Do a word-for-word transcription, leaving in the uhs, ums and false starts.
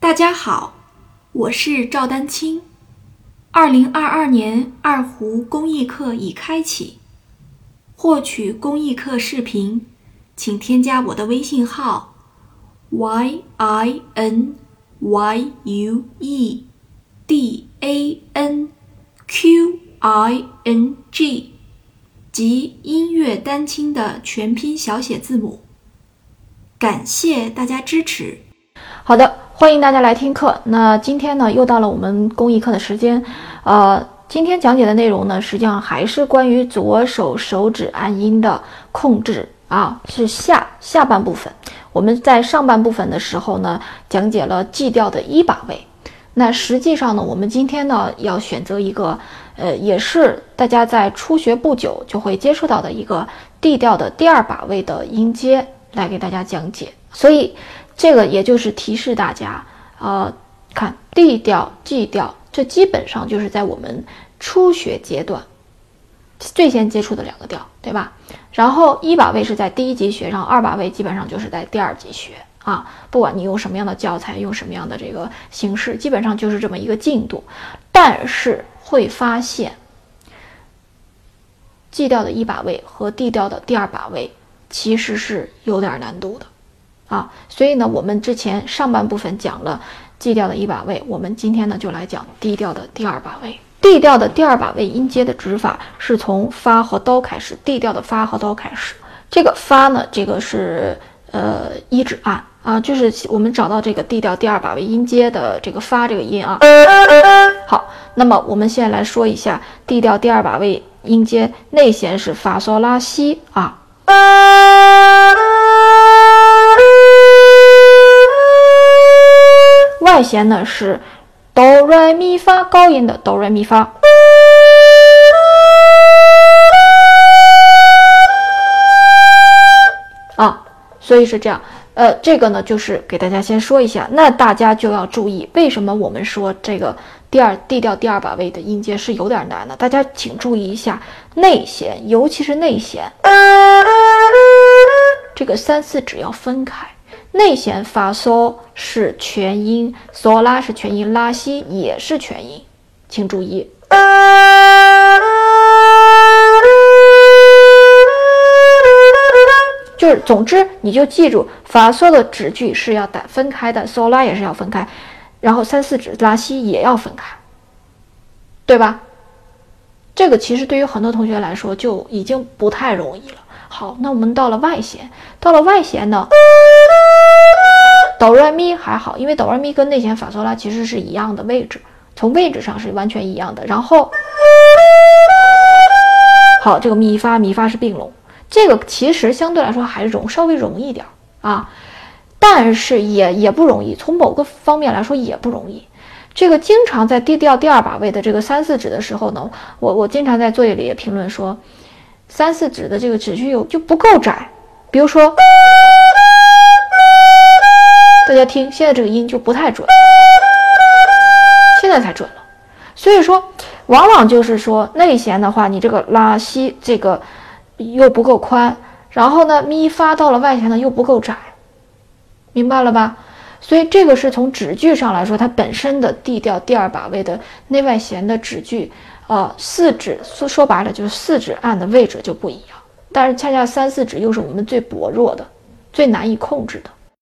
大家好，我是赵丹青。二零二二年二胡公益课已开启，获取公益课视频，请添加我的微信号 y i n y u e d a n q i n g， 即音乐丹青的全拼小写字母。感谢大家支持。 好的，欢迎大家来听课。那今天呢，又到了我们公益课的时间。呃，今天讲解的内容呢，实际上还是关于左手手指按音的控制啊，是下下半部分。我们在上半部分的时候呢，讲解了 G 调的一把位。那实际上呢，我们今天呢要选择一个，呃，也是大家在初学不久就会接触到的一个 D 调的第二把位的音阶来给大家讲解。所以这个也就是提示大家，呃，看 D 调、G 调，这基本上就是在我们初学阶段最先接触的两个调，对吧？然后一把位是在第一级学，然后二把位基本上就是在第二级学啊。不管你用什么样的教材，用什么样的这个形式，基本上就是这么一个进度。但是会发现 G 调的一把位和 D 调的第二把位其实是有点难度的。啊，所以呢，我们之前上半部分讲了 G 调的一把位，我们今天呢就来讲 D 调的第二把位。D 调的第二把位音阶的指法是从发和哆开始 ，D 调的发和哆开始。这个发呢，这个是呃一指按啊，就是我们找到这个 D 调第二把位音阶的这个发这个音啊。好，那么我们现在来说一下 D 调第二把位音阶内弦是发嗦拉西啊。外弦呢是哆来咪发，高音的哆来咪发。啊，所以是这样。呃，这个呢就是给大家先说一下，那大家就要注意，为什么我们说这个第二 D 调第二把位的音阶是有点难的？大家请注意一下内弦，尤其是内弦，这个三四指要分开。内弦发嗦是全音，嗦拉是全音，拉西也是全音，请注意。就是总之你就记住，发嗦的指距是要打分开的，嗦拉也是要分开，然后三四指拉西也要分开，对吧？这个其实对于很多同学来说就已经不太容易了。好，那我们到了外弦，到了外弦呢，哆来咪还好，因为哆来咪跟内弦法嗦拉其实是一样的位置，从位置上是完全一样的。然后，好，这个咪发咪发是并拢，这个其实相对来说还容稍微容易点啊，但是也也不容易，从某个方面来说也不容易。这个经常在 D 调第二把位的这个三四指的时候呢，我我经常在作业里也评论说，三四指的这个指距有就不够窄，比如说。大家听，现在这个音就不太准，现在才准了。所以说，往往就是说内弦的话，你这个拉西这个又不够宽，然后呢，咪发到了外弦呢又不够窄，明白了吧？所以这个是从指距上来说，它本身的 D 调第二把位的内外弦的指距，呃，四指说说白了就是四指按的位置就不一样，但是恰恰三四指又是我们最薄弱的、最难以控制的。